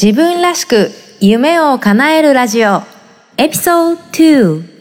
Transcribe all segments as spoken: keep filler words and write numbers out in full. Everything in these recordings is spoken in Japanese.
自分らしく夢を叶えるラジオエピソードに。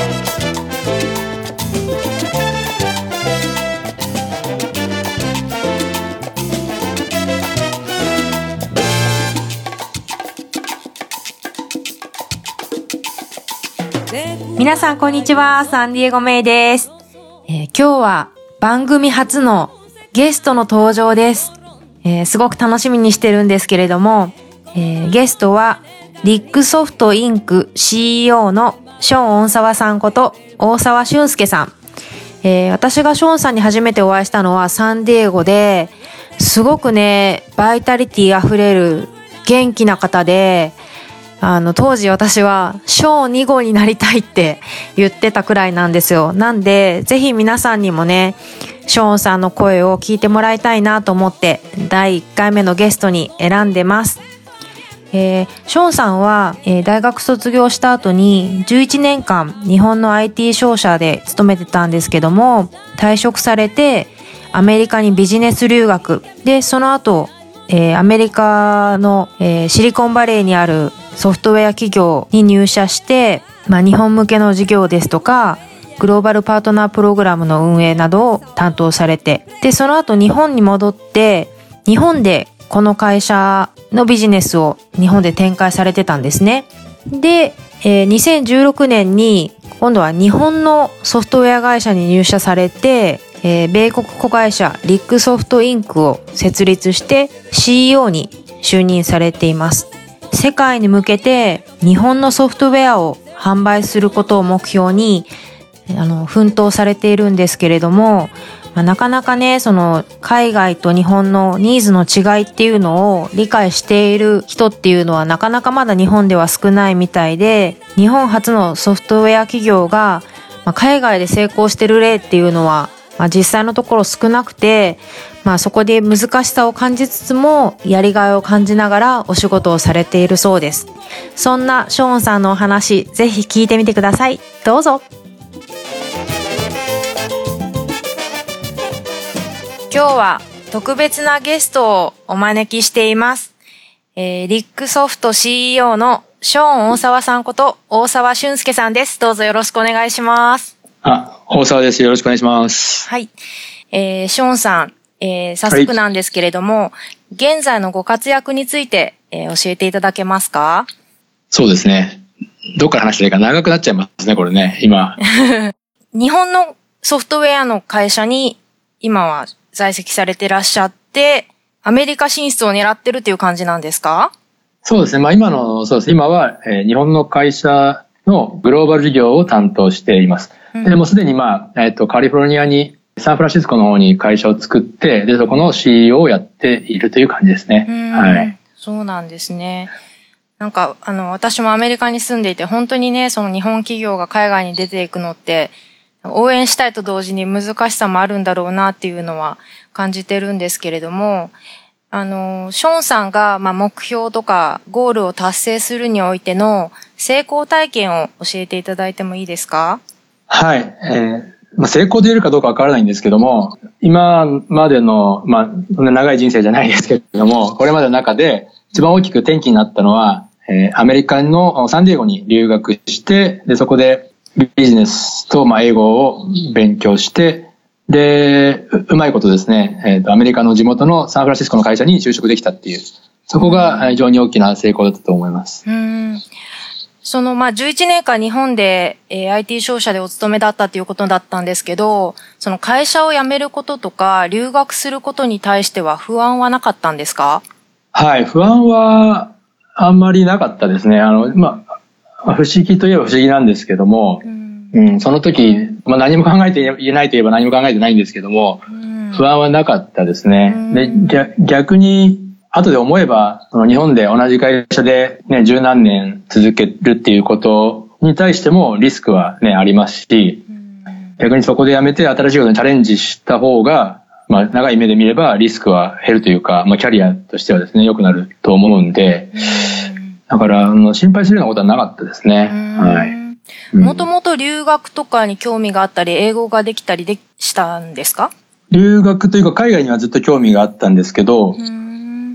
皆さんこんにちは、サンディエゴメイです、えー、今日は番組初のゲストの登場です、えー、すごく楽しみにしてるんですけれども、えー、ゲストはリックソフトインク シーイーオー のショーン大沢さんこと大沢俊介さん、えー、私がショーンさんに初めてお会いしたのはサンディエゴで、すごくねバイタリティあふれる元気な方で、あの当時私はショーに号になりたいって言ってたくらいなんですよ。なんでぜひ皆さんにもねショーンさんの声を聞いてもらいたいなと思ってだいいっかいめのゲストに選んでます。えー、ショーンさんは、えー、大学卒業した後にじゅういちねんかん日本の アイティー 商社で勤めてたんですけども、退職されてアメリカにビジネス留学で、その後、えー、アメリカの、えー、シリコンバレーにあるソフトウェア企業に入社して、まあ、日本向けの事業ですとかグローバルパートナープログラムの運営などを担当されて、でその後日本に戻って日本でこの会社のビジネスを日本で展開されてたんですね。で、えー、にせんじゅうろくねんに今度は日本のソフトウェア会社に入社されて、えー、米国子会社リックソフトインクを設立して シーイーオー に就任されています。世界に向けて日本のソフトウェアを販売することを目標にあの奮闘されているんですけれども、まあ、なかなかねその海外と日本のニーズの違いっていうのを理解している人っていうのはなかなかまだ日本では少ないみたいで、日本初のソフトウェア企業が、まあ、海外で成功してる例っていうのは、まあ、実際のところ少なくて、まあ、そこで難しさを感じつつもやりがいを感じながらお仕事をされているそうです。そんなショーンさんのお話ぜひ聞いてみてください。どうぞ。今日は特別なゲストをお招きしています。えー、リックソフト シーイーオー のショーン大沢さんこと大沢俊介さんです。どうぞよろしくお願いします。 あ、大沢です。よろしくお願いします。 はい。えー、ショーンさん、えー、早速なんですけれども、はい、現在のご活躍について、えー、教えていただけますか？ そうですね。どっから話したらいいか長くなっちゃいますね、これね、今。 日本のソフトウェアの会社に今は在籍されてらっしゃって、アメリカ進出を狙ってるっていう感じなんですか？ そうですね。まあ今の、そうです。今は、えー、日本の会社のグローバル事業を担当しています。うん、でもうすでにまあ、えっと、カリフォルニアに、サンフランシスコの方に会社を作って、で、そこの シーイーオー をやっているという感じですね。はい。 そうなんですね。なんか、あの、私もアメリカに住んでいて、本当にね、その日本企業が海外に出ていくのって、応援したいと同時に難しさもあるんだろうなっていうのは感じてるんですけれども、あの、ショーンさんが、まあ、目標とかゴールを達成するにおいての成功体験を教えていただいてもいいですか？ はい。えーまあ、成功で言えるかどうかわからないんですけども、今までの、まあ、そんな長い人生じゃないですけれども、これまでの中で一番大きく転機になったのは、えー、アメリカのサンディエゴに留学して、で、そこでビジネスと、まあ、英語を勉強して、で、う, うまいことですね、えーと、アメリカの地元のサンフランシスコの会社に就職できたっていう、そこが非常に大きな成功だったと思います。 うん。その、まあ、じゅういちねんかん日本で、えー、アイティー 商社でお勤めだったっていうことだったんですけど、その会社を辞めることとか、留学することに対しては不安はなかったんですか？ はい、不安はあんまりなかったですね。あの、まあ、不思議といえば不思議なんですけども、うんうん、その時、まあ、何も考えていないといえば何も考えてないんですけども、うん、不安はなかったですね。うん、で、逆に、後で思えば、その日本で同じ会社でね、十何年続けるっていうことに対してもリスクはね、ありますし、うん、逆にそこで辞めて新しいことにチャレンジした方が、まあ、長い目で見ればリスクは減るというか、まあ、キャリアとしてはですね、良くなると思うんで、うん、だから、あの、心配するようなことはなかったですね。はい。 もともと留学とかに興味があったり、英語ができたりでしたんですか？ 留学というか、海外にはずっと興味があったんですけど、うん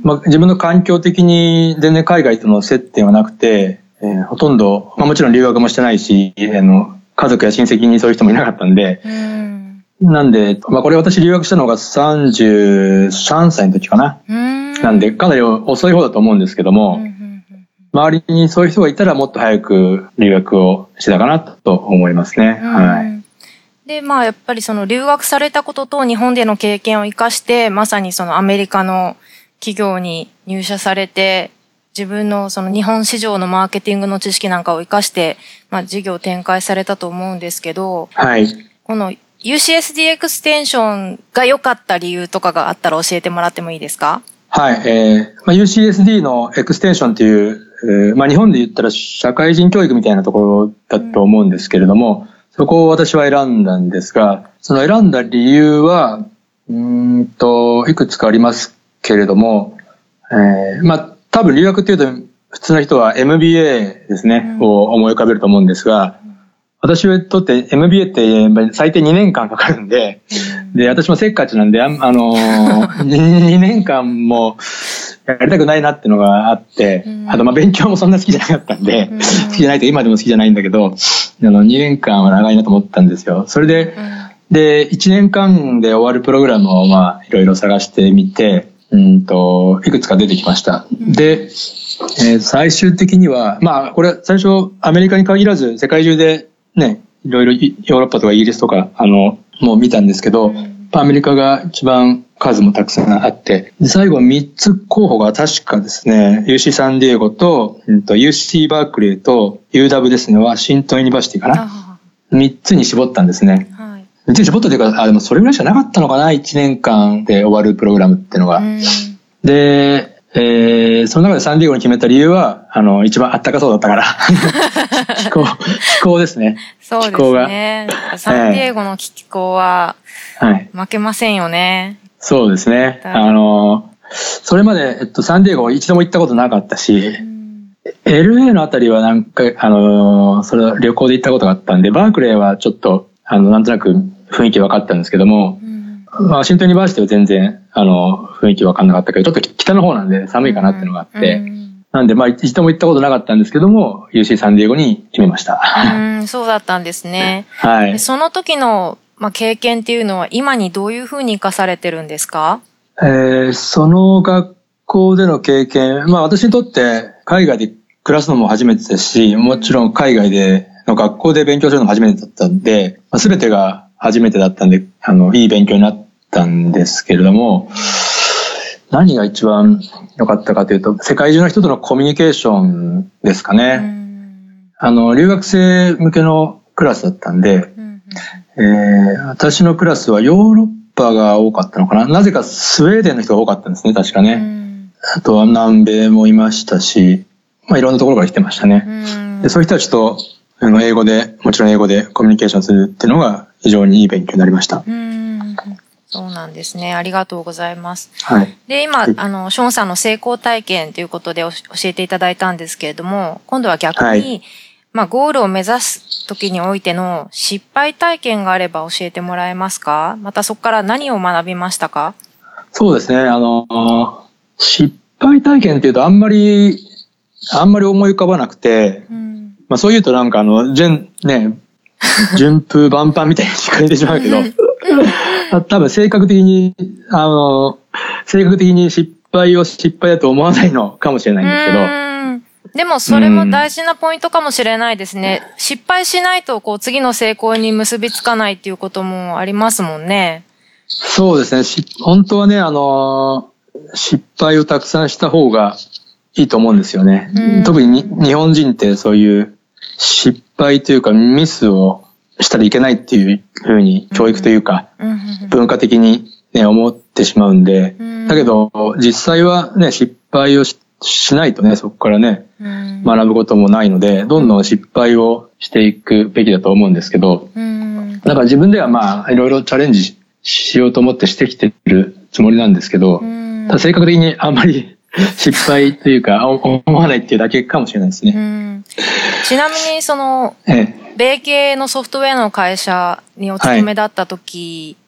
まあ、自分の環境的に全然海外との接点はなくて、えー、ほとんど、まあ、もちろん留学もしてないし、あの、家族や親戚にそういう人もいなかったんで、うんなんで、まあ、これ私留学したのがさんじゅうさんさいの時かな。うんなんで、かなり遅い方だと思うんですけども、うん周りにそういう人がいたらもっと早く留学をしてたかなと思いますね。はい。 で、まあやっぱりその留学されたことと日本での経験を生かして、まさにそのアメリカの企業に入社されて、自分のその日本市場のマーケティングの知識なんかを生かして、まあ事業を展開されたと思うんですけど、 はい。 この ユーシーエスディー エクステンションが良かった理由とかがあったら教えてもらってもいいですか？ はい。えーまあ、ユーシーエスディー のエクステンションっていう、えーまあ、日本で言ったら社会人教育みたいなところだと思うんですけれども、うん、そこを私は選んだんですが、その選んだ理由は、うーんと、いくつかありますけれども、えー、まあ、多分留学っていうと普通の人は エムビーエー ですね、うん、を思い浮かべると思うんですが、私にとって エムビーエー って最低にねんかんかかるんで、で、私もせっかちなんで、あのー、にねんかんもやりたくないなっていうのがあって、あとまあ勉強もそんな好きじゃなかったんで、好きじゃないと今でも好きじゃないんだけど、あのにねんかんは長いなと思ったんですよ。それで、で、いちねんかんで終わるプログラムをまあいろいろ探してみて、うんと、いくつか出てきました。で、えー、最終的には、まあこれ最初アメリカに限らず世界中でね、いろいろヨーロッパとかイギリスとか、あの、もう見たんですけど、アメリカが一番数もたくさんあって、で最後みっつ候補が確かですね、ユーシー サンディエゴと、うん、と ユーシー バークレーと ユーダブリュー ですね、ワシントンユニバーシティかな。みっつに絞ったんですね。はい、みっつに絞ったというか、あ、でもそれぐらいしかなかったのかな、いちねんかんで終わるプログラムっていうのが。で、えー、その中でサンディエゴに決めた理由は、あの、一番あったかそうだったから。気候、気候ですね。 そうですね。サンディエゴの気候は、負けませんよね。 はい、そうですね。あの、それまで、えっと、サンディエゴ一度も行ったことなかったし、うん、エルエー のあたりはなんか、あの、それは旅行で行ったことがあったんで、バークレーはちょっと、あの、なんとなく雰囲気分かったんですけども、うん、ワシントンユニバーシティは全然、あの、雰囲気分かんなかったけど、ちょっと北の方なんで寒いかなっていうのがあって、うんうんなんで、まあ、一度も行ったことなかったんですけども、ユーシー サンディエゴに決めました。 うん、そうだったんですね。 はい。 その時の、まあ、経験っていうのは、今にどういうふうに活かされてるんですか？ えー、その学校での経験、まあ、私にとって海外で暮らすのも初めてですし、もちろん海外での学校で勉強するのも初めてだったんで、すべてが初めてだったんで、あの、いい勉強になったんですけれども、何が一番良かったかというと、世界中の人とのコミュニケーションですかね。あの、留学生向けのクラスだったんで、えー、私のクラスはヨーロッパが多かったのかな。なぜかスウェーデンの人が多かったんですね、確かね。あとは南米もいましたし、まあいろんなところから来てましたね。でそういう人たちとあの英語で、もちろん英語でコミュニケーションするっていうのが非常にいい勉強になりました。 そうなんですね。ありがとうございます。 はい。 で、今、あの、ショーンさんの成功体験ということで教えていただいたんですけれども、今度は逆に、はい、まあ、ゴールを目指す時においての失敗体験があれば教えてもらえますか？またそこから何を学びましたか？ そうですね。あの、失敗体験っていうとあんまり、あんまり思い浮かばなくて、うん、まあ、そう言うとなんかあの、順、ね、順風万帆みたいに聞こえてしまうけど、多分性格的に、あの、性格的に失敗を失敗だと思わないのかもしれないんですけど。 うんでもそれも大事なポイントかもしれないですね。失敗しないとこう次の成功に結びつかないっていうこともありますもんね。 そうですね。し本当はね、あの、失敗をたくさんした方がいいと思うんですよね。特に日本人ってそういう失敗というかミスをしたらいけないっていうふうに教育というか文化的にね思ってしまうんで、だけど実際はね失敗をししないとねそこからね学ぶこともないので、どんどん失敗をしていくべきだと思うんですけど、だから自分ではまあいろいろチャレンジしようと思ってしてきてるつもりなんですけど、ただ性格的にあんまり失敗というか思わないっていうだけかもしれないですね。 うんちなみにその、ええ、米系のソフトウェアの会社にお勤めだった時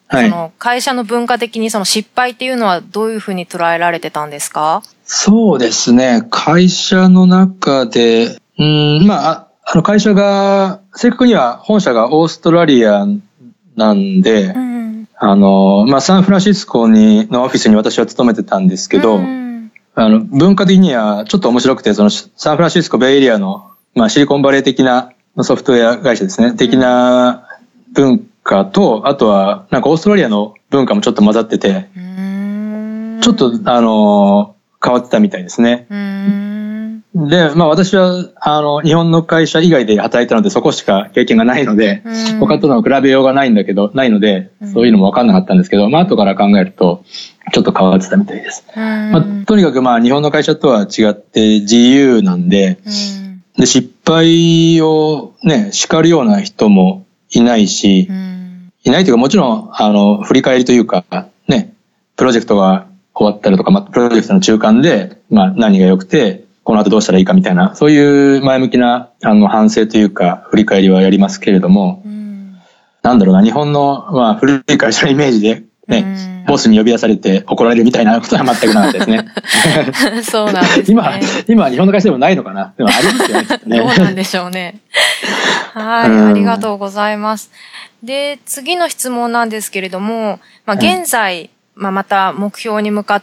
はい、その会社の文化的にその失敗っていうのはどういうふうに捉えられてたんですか？ そうですね。会社の中で、うん、まあ、あの会社が、正確には本社がオーストラリアなんで、うん、あの、まあ、サンフランシスコに、のオフィスに私は勤めてたんですけど、うん、あの、文化的にはちょっと面白くて、そのサンフランシスコベイエリアの、まあ、シリコンバレー的なソフトウェア会社ですね、的な文化と、あとは、なんかオーストラリアの文化もちょっと混ざってて、うん、ちょっと、あの、変わってたみたいですね。うん、で、まあ私は、あの、日本の会社以外で働いたのでそこしか経験がないので、うん、他との比べようがないんだけど、ないので、そういうのも分かんなかったんですけど、まあ後から考えると、ちょっと変わってたみたいです。うんまあ、とにかくまあ日本の会社とは違って自由なんで、うん、で失敗をね、叱るような人もいないし、うん、いないというかもちろん、あの、振り返りというか、ね、プロジェクトが終わったりとか、まあ、プロジェクトの中間で、まあ、何が良くて、この後どうしたらいいかみたいな、そういう前向きな、あの、反省というか、振り返りはやりますけれども、うん、なんだろうな、日本の、まあ、古い会社のイメージで、ね、うん、ボスに呼び出されて怒られるみたいなことは全くなかったですね。 そうなんですね。 今、今、日本の会社でもないのかな？でもありますよね、きっとね。 どうなんでしょうね。はい、ありがとうございます。で、次の質問なんですけれども、まあ、現在、うんまあ、また目標に向かって、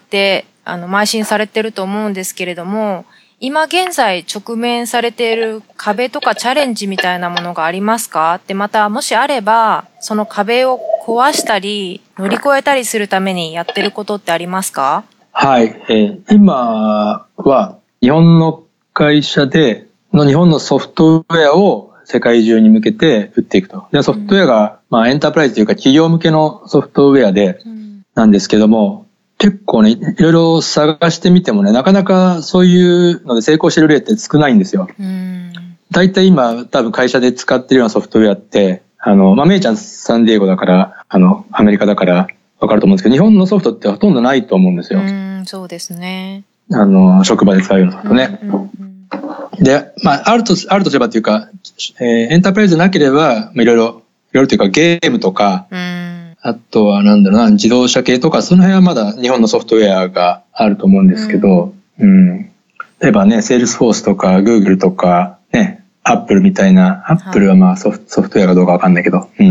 あの、邁進されてると思うんですけれども、今現在直面されている壁とかチャレンジみたいなものがありますか？で、また、もしあれば、その壁を壊したり、乗り越えたりするためにやってることってありますか？ はい。えー、今は、日本の会社で、の日本のソフトウェアを世界中に向けて売っていくと。で、ソフトウェアが、まあ、エンタープライズというか企業向けのソフトウェアで、うんなんですけども、結構ね、いろいろ探してみてもね、なかなかそういうので成功してる例って少ないんですよ。だいたい今多分会社で使ってるようなソフトウェアって、あの、まあ、めいちゃんサンディエゴだから、あの、アメリカだからわかると思うんですけど、日本のソフトってほとんどないと思うんですよ。 うんそうですね。 あの、職場で使うようなソフトね。うんうんうん、で、まあ、あると、あるとすればというか、えー、エンタープライズなければ、いろいろ、いろいろというかゲームとか、うんあとはなんだろうな、自動車系とか、その辺はまだ日本のソフトウェアがあると思うんですけど、うん。うん、例えばね、セールスフォースとか、グーグルとか、ね、アップルみたいな、アップルはまあソフト、ソフトウェアかどうかわかんないけど、うん。うん、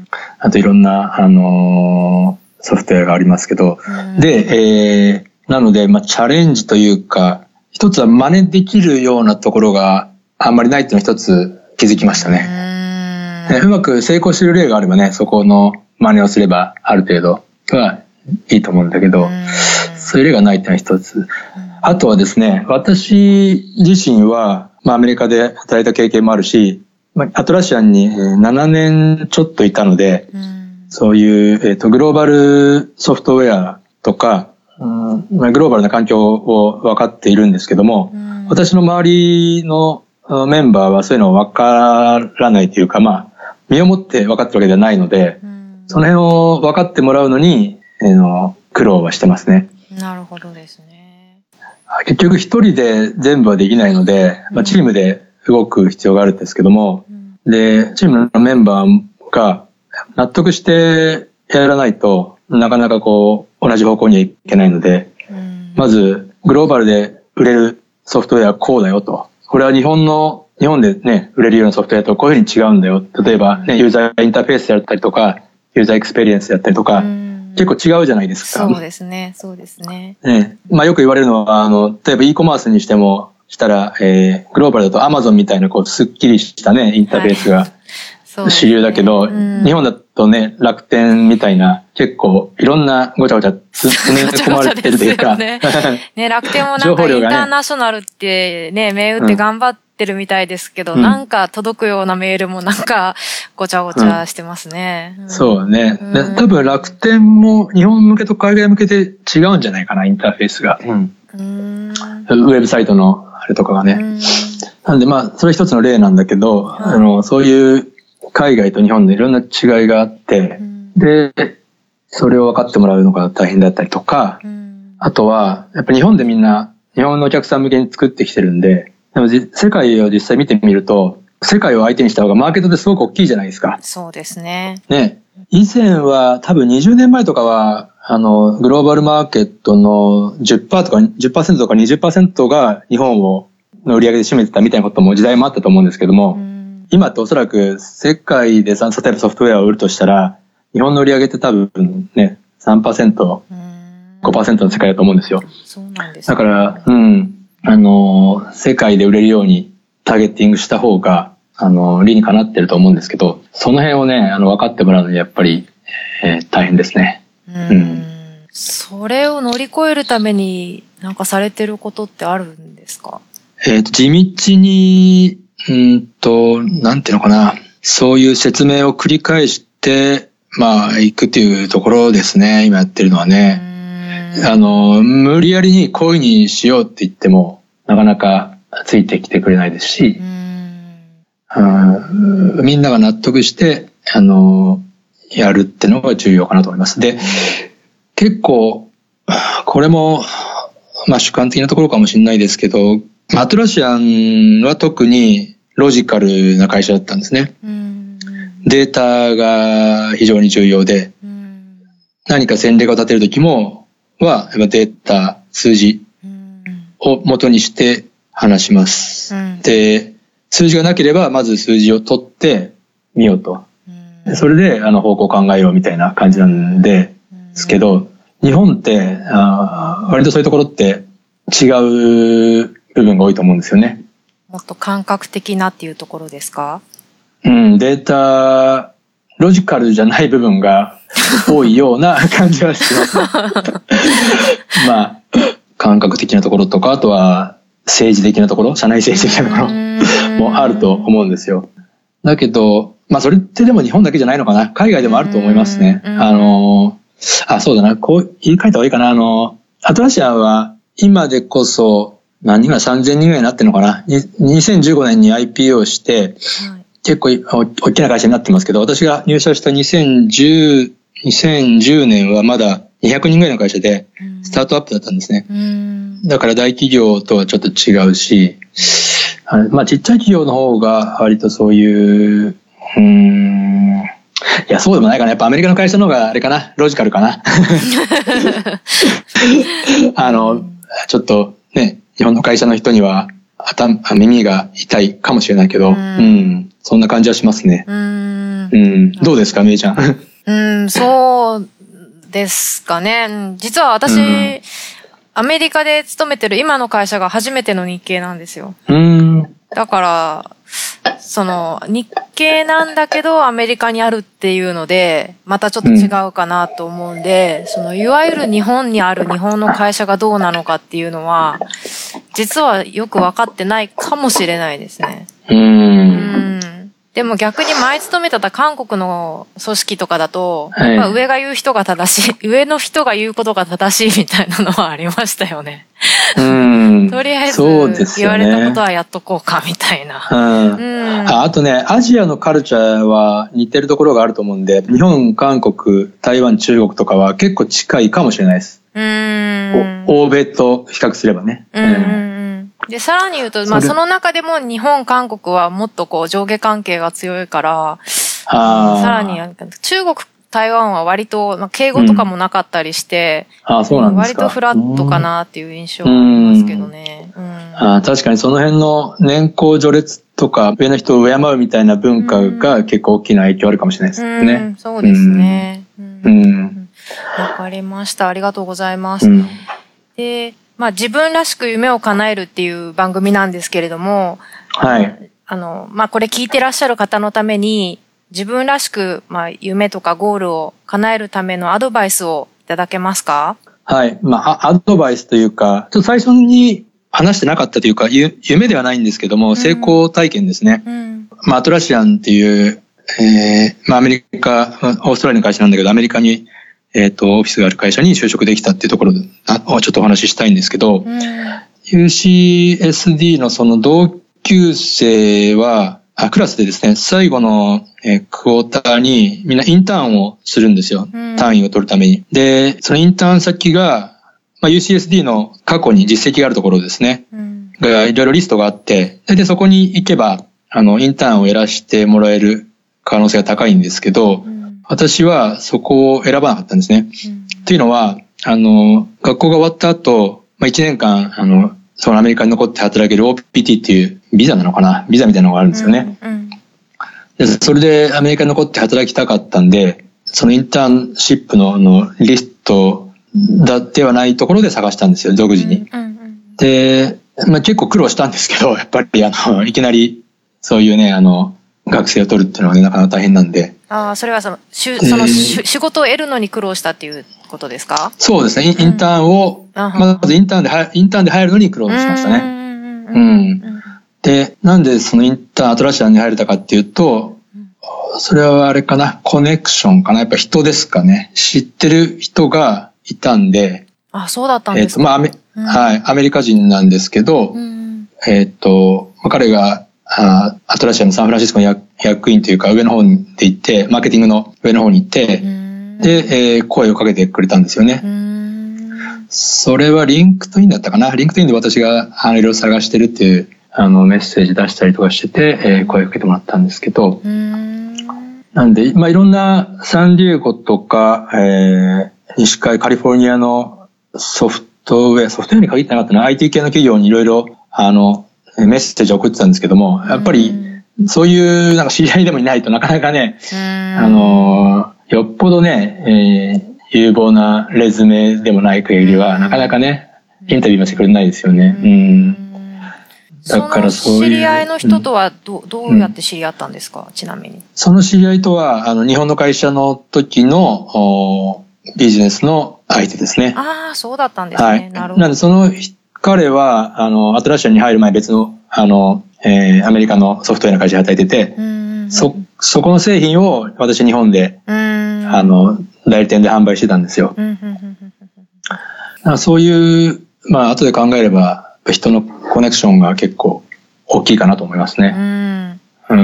あといろんな、あのー、ソフトウェアがありますけど、うん、で、えー、なので、まあチャレンジというか、一つは真似できるようなところがあんまりないっていうのを一つ気づきましたね。うん、うまく成功してる例があればね、そこの、真似をすればある程度はいいと思うんだけど、そういう例がないっていうのは一つ。あとはですね、私自身は、まあアメリカで働いた経験もあるし、アトラシアンにななねんちょっといたので、そういう、えーと、グローバルソフトウェアとか、うん、グローバルな環境を分かっているんですけども、私の周りのメンバーはそういうの分からないというか、まあ、身をもって分かってるわけではないので、その辺を分かってもらうのに、えー、の苦労はしてますね。 なるほどですね。 結局一人で全部はできないので、まあ、チームで動く必要があるんですけども、うん、で、チームのメンバーが納得してやらないとなかなかこう同じ方向にはいけないので、うん、まずグローバルで売れるソフトウェアはこうだよと。これは日本の日本でね、売れるようなソフトウェアとこういうふうに違うんだよ。例えばね、ユーザーインターフェースであったりとか、ユーザーエクスペリエンスであったりとか、結構違うじゃないですか。 そうですね、そうですね。 ね、まあよく言われるのは、あの、例えば e コマースにしても、したら、えー、グローバルだと Amazon みたいなこう、スッキリしたね、インターフェースが主流だけど、はいね、日本だとね、楽天みたいな、結構いろんなごちゃごちゃ詰め込まれてるというか。 ね, ね、楽天もなんかインターナショナルってね、銘打って頑張ってるみたいですけど、うん、なんか届くようなメールもなんかごちゃごちゃしてますね。 うんうん、そうね、うん。多分楽天も日本向けと海外向けで違うんじゃないかな、インターフェースが。うん、うんウェブサイトのあれとかがね。うんなんでまあ、それ一つの例なんだけど、はい、あの、そういう海外と日本でいろんな違いがあって、うん、で、それを分かってもらうのが大変だったりとか、うん、あとは、やっぱ日本でみんな、日本のお客さん向けに作ってきてるんで、でも世界を実際見てみると、世界を相手にした方がマーケットですごく大きいじゃないですか。 そうですね。 ね。 以前は多分にじゅうねんまえとかは、あの、グローバルマーケットの じゅっパーセント とか じゅっパーセント とか にじゅっパーセント が日本をの売り上げで占めてたみたいなことも時代もあったと思うんですけども、今っておそらく世界で例えばソフトウェアを売るとしたら、日本の売り上げって多分ね、さんパーセント、ごパーセント の世界だと思うんですよ。 そうなんですね。 だから、うん、あの、世界で売れるようにターゲッティングした方が、あの、理にかなってると思うんですけど、その辺をね、あの、分かってもらうのにやっぱり、えー、大変ですね。 うんうん。それを乗り越えるためになんかされてることってあるんですか？ えっと、地道に、うんと、なんていうのかな、そういう説明を繰り返して、まあ、行くっていうところですね、今やってるのはね。あの、無理やりにこういう風にしようって言っても、なかなかついてきてくれないですし、うん、みんなが納得して、あの、やるってのが重要かなと思います。で、結構、これも、まあ主観的なところかもしれないですけど、アトラシアンは特にロジカルな会社だったんですね。データが非常に重要で、何か戦略を立てるときも、は、データ、数字を元にして話します。で、数字がなければ、まず数字を取ってみようと。それで、あの、方向を考えようみたいな感じなんですけど、日本って、あ割とそういうところって違う部分が多いと思うんですよね。 もっと感覚的なっていうところですか？ うん、データ、ロジカルじゃない部分が多いような感じはします。まあ、感覚的なところとか、あとは政治的なところ、社内政治的なところもあると思うんですよ。だけど、まあそれってでも日本だけじゃないのかな。海外でもあると思いますね。あの、あ、そうだな。こう言い換えた方がいいかな。あの、アトラシアンは今でこそ何人ぐらいさんぜんにんぐらいになってるのかな。にせんじゅうごねんに アイピーオー して、はい、結構大きな会社になってますけど、私が入社したにせんじゅう、にせんじゅうねんはまだにひゃくにんぐらいの会社でスタートアップだったんですね。だから大企業とはちょっと違うし、あのまあちっちゃい企業の方が割とそういう、うーん、いや、そうでもないかな。やっぱアメリカの会社の方があれかな。ロジカルかな。あの、ちょっとね、日本の会社の人には頭、耳が痛いかもしれないけど、うん、うん、そんな感じはしますね。うん、うん、どうですか、めいちゃん。 うん、そうですかね。実は私、うん、アメリカで勤めてる今の会社が初めての日系なんですよ。うん、だから、その、日系なんだけどアメリカにあるっていうので、またちょっと違うかなと思うんで、うん、その、いわゆる日本にある日本の会社がどうなのかっていうのは、実はよく分かってないかもしれないですね。うん。うんでも逆に前勤めてた韓国の組織とかだと、はい、やっぱ上が言う人が正しい、上の人が言うことが正しいみたいなのはありましたよね。うん。とりあえず言われたことはやっとこうかみたいな。うんうん、 あ, あとね、アジアのカルチャーは似てるところがあると思うんで、日本、韓国、台湾、中国とかは結構近いかもしれないです。うん。欧米と比較すればね。うん。うんで、さらに言うと、まあ、その中でも日本、韓国はもっとこう上下関係が強いから、あさらに、中国、台湾は割と、まあ、敬語とかもなかったりして、 うん、あそうなんですか。 割とフラットかなっていう印象がありますけどね。うんうん、 あ確かにその辺の年功序列とか、上の人を敬うみたいな文化が結構大きな影響あるかもしれないですね。うん、 そうですね。うん。わ、うん、かりました。ありがとうございます。うん、でまあ自分らしく夢を叶えるっていう番組なんですけれども、はい。あの、まあこれ聞いてらっしゃる方のために、自分らしく、まあ夢とかゴールを叶えるためのアドバイスをいただけますか？ はい。まあアドバイスというか、ちょっと最初に話してなかったというか、夢ではないんですけども、うん、成功体験ですね。うん、まあアトラシアンっていう、えー、まあアメリカ、オーストラリアの会社なんだけど、アメリカにえっと、オフィスがある会社に就職できたっていうところをちょっとお話ししたいんですけど、うん、ユーシーエスディー のその同級生は、あ、クラスでですね、最後のえクォーターにみんなインターンをするんですよ。うん、単位を取るために。で、そのインターン先が、まあ、ユーシーエスディー の過去に実績があるところですね。うん、がいろいろリストがあって、で、そこに行けば、あの、インターンをやらせてもらえる可能性が高いんですけど、うん私はそこを選ばなかったんですね。うん、というのは、あの、学校が終わった後、まあ、いちねんかん、あの、そのアメリカに残って働ける オーピーティー っていうビザなのかなビザみたいなのがあるんですよね。うんうん、でそれでアメリカに残って働きたかったんで、そのインターンシップの、あのリストだではないところで探したんですよ、独自に。うんうん、で、まあ、結構苦労したんですけど、やっぱりあの、いきなりそういうね、あの、学生を取るっていうのはね、なかなか大変なんで。 ああ、それはその、しその仕事を得るのに苦労したっていうことですか？ そうですね。インターンを、うん、まずインターンで、インターンで入るのに苦労しましたね。うん。うん、で、なんでそのインターン、アトラシアンに入れたかっていうと、それはあれかな、コネクションかな、やっぱ人ですかね。知ってる人がいたんで。 あ、そうだったんですか。 えっと、まあ、アメ、うん、はい、アメリカ人なんですけど、うん、えっと、彼が、あアトラシアのサンフランシスコの役員というか上の方に行って、マーケティングの上の方に行って、で、えー、声をかけてくれたんですよね。それはリンクトインだったかな。リンクトインで私があのいろいろ探してるっていうあのメッセージ出したりとかしてて、えー、声をかけてもらったんですけど、なんで、まあ、いろんなサンディエゴとか、えー、西海カリフォルニアのソフトウェア、ソフトウェアに限ってなかったな、アイティー 系の企業にいろいろあのメッセージを送ってたんですけども、やっぱりそういうなんか知り合いでもいないとなかなかね、あのよっぽどね、えー、有望なレズメでもない限りはなかなかねインタビューもしてくれないですよね。うん。 だからそういう知り合いの人とはどう、どうやって知り合ったんですか、うん、ちなみに。 その知り合いとはあの日本の会社の時のビジネスの相手ですね。 ああ、そうだったんですね。はい、なるほど。 なんでその彼は、あの、アトラシアに入る前別の、あの、えー、アメリカのソフトウェアの会社で働いてて、そ、そこの製品を私日本で、あの、代理店で販売してたんですよ。そういう、まあ、後で考えれば、人のコネクションが結構大きいかなと思いますね。うん。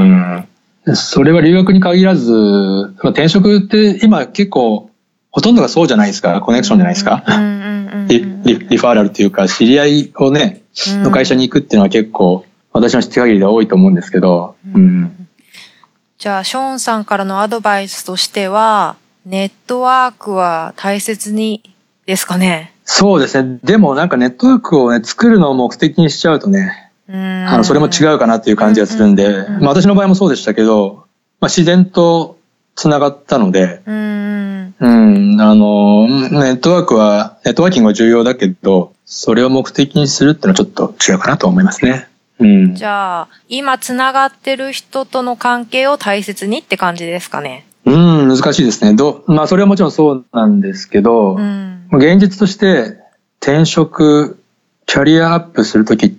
それは留学に限らず、まあ、転職って今結構、ほとんどがそうじゃないですか、コネクションじゃないですか。リ, リ, リファーラルというか知り合いをね、うん、の会社に行くっていうのは結構私の知って限りでは多いと思うんですけど、うんうん、 じゃあショーンさんからのアドバイスとしてはネットワークは大切にですかね。 そうですね。でもなんかネットワークをね作るのを目的にしちゃうとね、うん、あのそれも違うかなっていう感じがするんで、うんうんうんうん、まあ、私の場合もそうでしたけど、まあ、自然とつながったので、うん、うん、あの、ネットワークは、ネットワーキングは重要だけど、それを目的にするっていうのはちょっと違うかなと思いますね。うん。 じゃあ、今つながってる人との関係を大切にって感じですかね。 うん、難しいですね。ど、まあ、それはもちろんそうなんですけど、うん、現実として転職、キャリアアップするときって、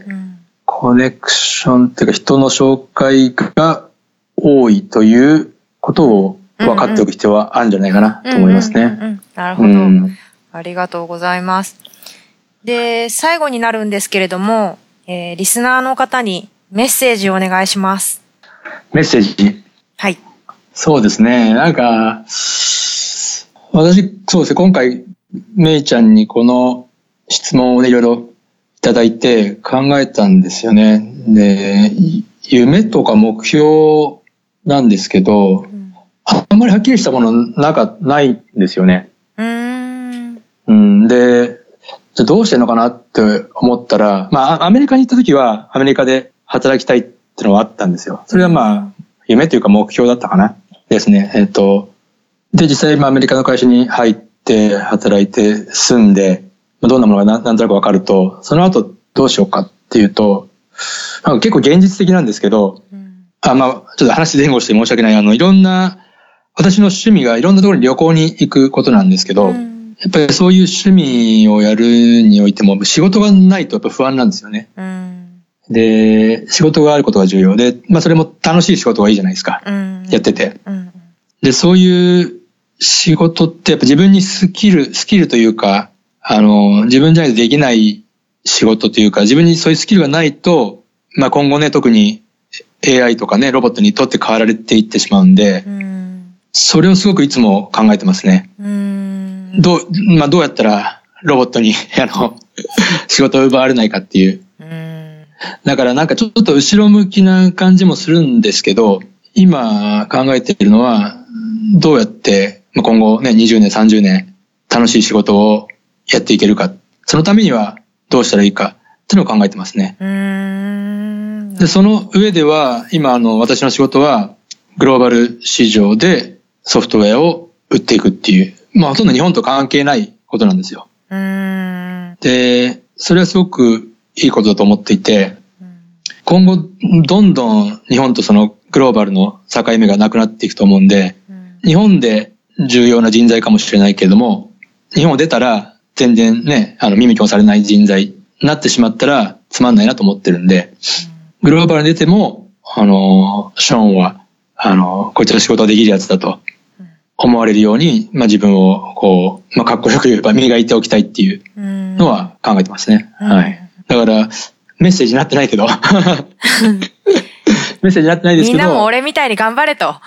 うん、コネクションっていうか人の紹介が多いということを分かっておく必要はあるんじゃないかなと思いますね。 なるほど、うん。ありがとうございます。で、最後になるんですけれども、えー、リスナーの方にメッセージをお願いします。 メッセージ。 はい。 そうですね。なんか、私、そうですね。今回、めいちゃんにこの質問をね、いろいろいただいて考えたんですよね。で、夢とか目標なんですけど、うん、あんまりはっきりしたものなんかないんですよね。うーん。うん、で、じゃあどうしてんのかなって思ったら、まあアメリカに行った時はアメリカで働きたいってのはあったんですよ。それはまあ夢というか目標だったかなですね。えっと、で実際アメリカの会社に入って働いて住んで、どんなものがなんとなく分かると、その後どうしようかっていうと、なんか結構現実的なんですけど、うん、あ、まあ、ちょっと話前後して申し訳ない。あの、いろんな、私の趣味がいろんなところに旅行に行くことなんですけど、うん、やっぱりそういう趣味をやるにおいても、仕事がないとやっぱ不安なんですよね。うん、で、仕事があることが重要で、まあそれも楽しい仕事がいいじゃないですか。うん、やってて、うん。で、そういう仕事ってやっぱ自分にスキル、スキルというか、あの、自分じゃないとできない仕事というか、自分にそういうスキルがないと、まあ今後ね、特に エーアイ とかね、ロボットにとって変わられていってしまうんで、うん、それをすごくいつも考えてますね。うん、どう、まあどうやったらロボットに、あの、仕事を奪われないかっていう。うん、だからなんかちょっと後ろ向きな感じもするんですけど、今考えているのは、 どうやって今後ね、にじゅうねん、さんじゅうねん楽しい仕事をやっていけるか。そのためにはどうしたらいいかっていうのを考えてますね。 うーん。 で、その上では、今あの、私の仕事は、グローバル市場でソフトウェアを売っていくっていう、まあほとんど日本と関係ないことなんですよ。 うーん。 で、それはすごくいいことだと思っていて、今後どんどん日本とそのグローバルの境目がなくなっていくと思うんで、日本で重要な人材かもしれないけれども、日本を出たら全然ね、あの耳にされない人材になってしまったらつまんないなと思ってるんで、グローバルに出ても、あの、ショーンは、あの、こいつら仕事ができるやつだと思われるように、まあ自分をこう、まあかっこよく言えば磨いておきたいっていうのは考えてますね。はい。だから、メッセージになってないけど。メッセージになってないですけど。 みんなも俺みたいに頑張れと。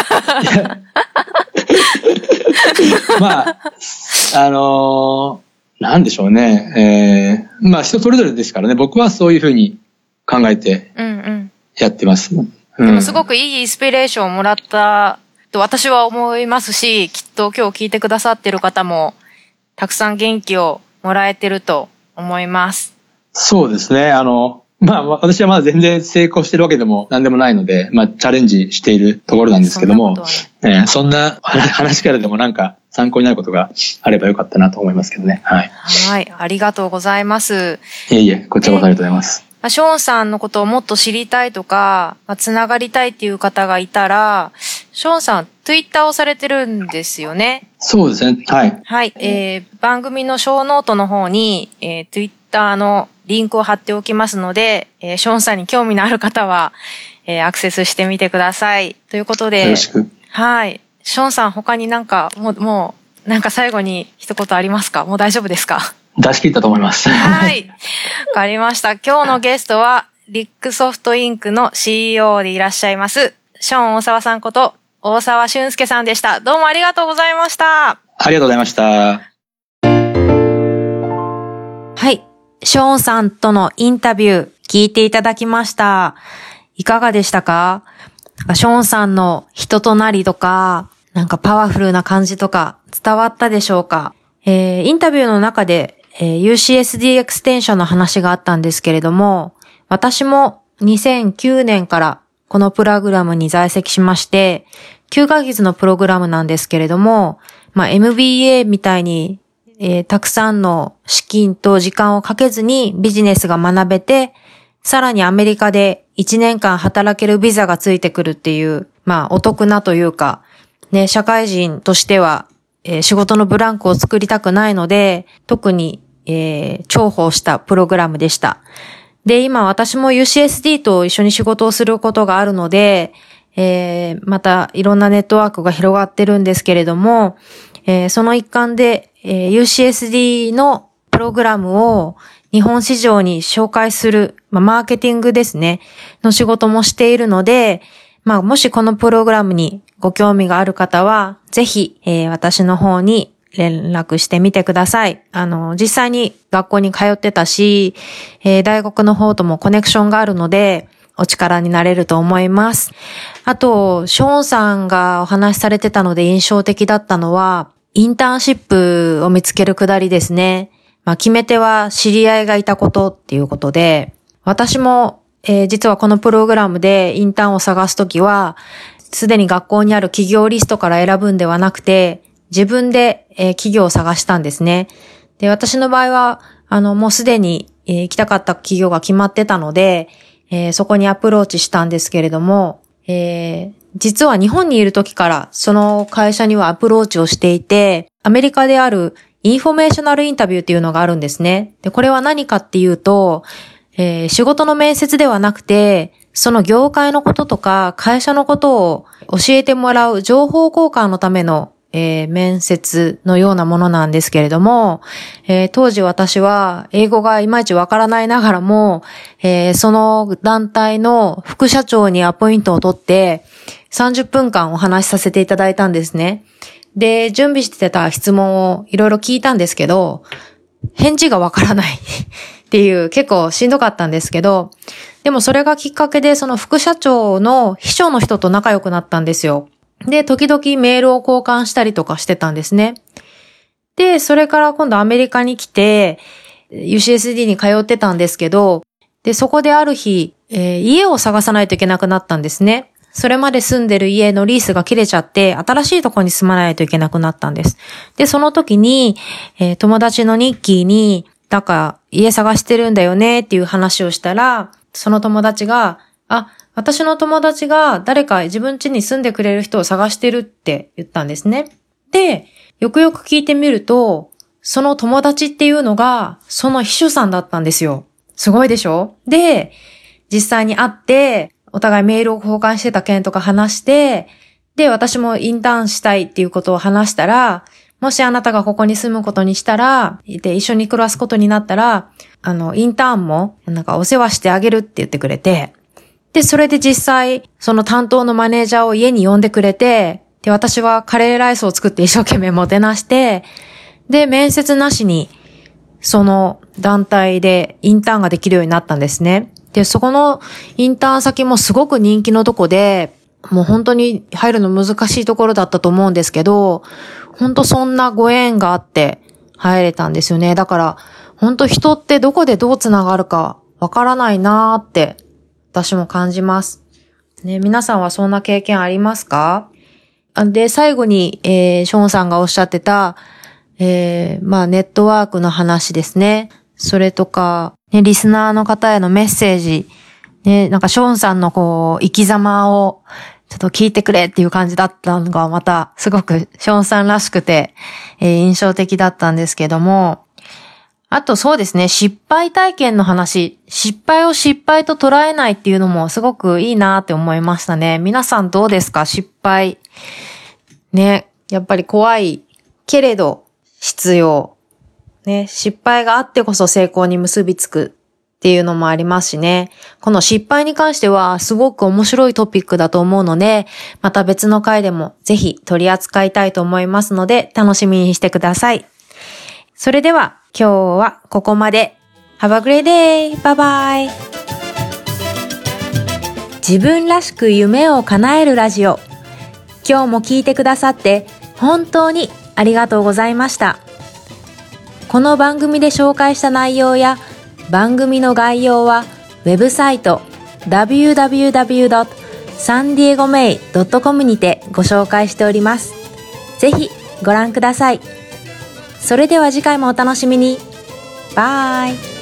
まあ、あのー、なんでしょうね。えー、まあ人それぞれですからね。僕はそういうふうに考えてやってます。うんうん、 でもすごくいいインスピレーションをもらったと私は思いますし、きっと今日聞いてくださってる方もたくさん元気をもらえてると思います。 そうですね。あの、まあ私はまだ全然成功してるわけでも何でもないので、まあチャレンジしているところなんですけども、そんな、ね、そんな話からでもなんか参考になることがあればよかったなと思いますけどね。はい。 はい、ありがとうございます。 いえいえ、こちらこそありがとうございます。 ショーンさんのことをもっと知りたいとか、まあ、つながりたいっていう方がいたら、ショーンさん、ツイッターをされてるんですよね。 そうですね。はい。 はい。えー、番組のショーノートの方に、えー、ツイッターのリンクを貼っておきますので、えー、ショーンさんに興味のある方は、えー、アクセスしてみてください。ということで、 よろしく。 はい。ショーンさん、他になんか、もう、もう、なんか最後に一言ありますか？もう大丈夫ですか？ 出し切ったと思います。 はい。わかりました。今日のゲストは、リックソフトインクの シーイーオー でいらっしゃいます、ショーン大沢さんこと、大沢俊介さんでした。どうもありがとうございました。 ありがとうございました。はい。ショーンさんとのインタビュー、聞いていただきました。いかがでしたか？なんかショーンさんの人となりとか、なんかパワフルな感じとか、伝わったでしょうか？えー、インタビューの中で、えー、ユーシーエスディー エクステンションの話があったんですけれども、私もにせんきゅうねんからこのプログラムに在籍しまして、きゅうかげつのプログラムなんですけれども、まあ エムビーエー みたいに、えー、たくさんの資金と時間をかけずにビジネスが学べて、さらにアメリカでいちねんかん働けるビザがついてくるっていう、まあお得なというか、ね、社会人としては、えー、仕事のブランクを作りたくないので、特に、えー、重宝したプログラムでした。で、今私も ユーシーエスディー と一緒に仕事をすることがあるので、えー、またいろんなネットワークが広がってるんですけれども、えー、その一環で、えー、ユーシーエスディー のプログラムを日本市場に紹介する、まあ、マーケティングですね、の仕事もしているので、まあ、もしこのプログラムにご興味がある方は、ぜひ、えー、私の方に連絡してみてください。あの、実際に学校に通ってたし、えー、大学の方ともコネクションがあるので、お力になれると思います。あと、ショーンさんがお話しされてたので印象的だったのは、インターンシップを見つけるくだりですね。まあ、決め手は知り合いがいたことっていうことで、私も、えー、実はこのプログラムでインターンを探すときは、すでに学校にある企業リストから選ぶんではなくて、自分で、えー、企業を探したんですね。で、私の場合は、あの、もうすでに、えー、行きたかった企業が決まってたので、えー、そこにアプローチしたんですけれども、えー、実は日本にいる時からその会社にはアプローチをしていて、アメリカであるインフォメーショナルインタビューっていうのがあるんですね。で、これは何かっていうと、えー、仕事の面接ではなくて、その業界のこととか会社のことを教えてもらう情報交換のための、えー、面接のようなものなんですけれども、えー、当時私は英語がいまいちわからないながらも、えー、その団体の副社長にアポイントを取ってさんじゅっぷんかんお話しさせていただいたんですね。で、準備してた質問をいろいろ聞いたんですけど、返事がわからないっていう結構しんどかったんですけど、でもそれがきっかけでその副社長の秘書の人と仲良くなったんですよ。 で、時々メールを交換したりとかしてたんですね。で、それから今度アメリカに来て、ユーシーエスディー に通ってたんですけど、で、そこである日、えー、家を探さないといけなくなったんですね。それまで住んでる家のリースが切れちゃって、新しいところに住まないといけなくなったんです。で、その時に、えー、友達のニッキーに、だから家探してるんだよねっていう話をしたら、その友達が、あ、私の友達が誰か自分家に住んでくれる人を探してるって言ったんですね。で、よくよく聞いてみると、その友達っていうのが、その秘書さんだったんですよ。すごいでしょ？で、実際に会って、お互いメールを交換してた件とか話して、で、私もインターンしたいっていうことを話したら、もしあなたがここに住むことにしたら、で、一緒に暮らすことになったら、あの、インターンも、なんかお世話してあげるって言ってくれて、で、それで実際、その担当のマネージャーを家に呼んでくれて、で、私はカレーライスを作って一生懸命もてなして、で、面接なしに、その団体でインターンができるようになったんですね。で、そこのインターン先もすごく人気のとこで、もう本当に入るの難しいところだったと思うんですけど、本当そんなご縁があって入れたんですよね。だから、本当人ってどこでどうつながるかわからないなーって私も感じます。ね、皆さんはそんな経験ありますか？で、最後に、えー、ショーンさんがおっしゃってた、えー、まあネットワークの話ですね。それとか、ね、リスナーの方へのメッセージ、ね、なんかショーンさんのこう、生き様をちょっと聞いてくれっていう感じだったのがまたすごくショーンさんらしくて、えー、印象的だったんですけども、あとそうですね、失敗体験の話、失敗を失敗と捉えないっていうのもすごくいいなって思いましたね。皆さんどうですか？失敗。ね、やっぱり怖いけれど必要。ね、失敗があってこそ成功に結びつくっていうのもありますしね。この失敗に関してはすごく面白いトピックだと思うので、また別の回でもぜひ取り扱いたいと思いますので、楽しみにしてください。それでは今日はここまで。Have a great day! Bye bye! 自分らしく夢を叶えるラジオ。今日も聞いてくださって本当にありがとうございました。この番組で紹介した内容や番組の概要はウェブサイト ダブリューダブリューダブリュードットサンディエゴメイドットコム にてご紹介しております。ぜひご覧ください。それでは次回もお楽しみに。バイ。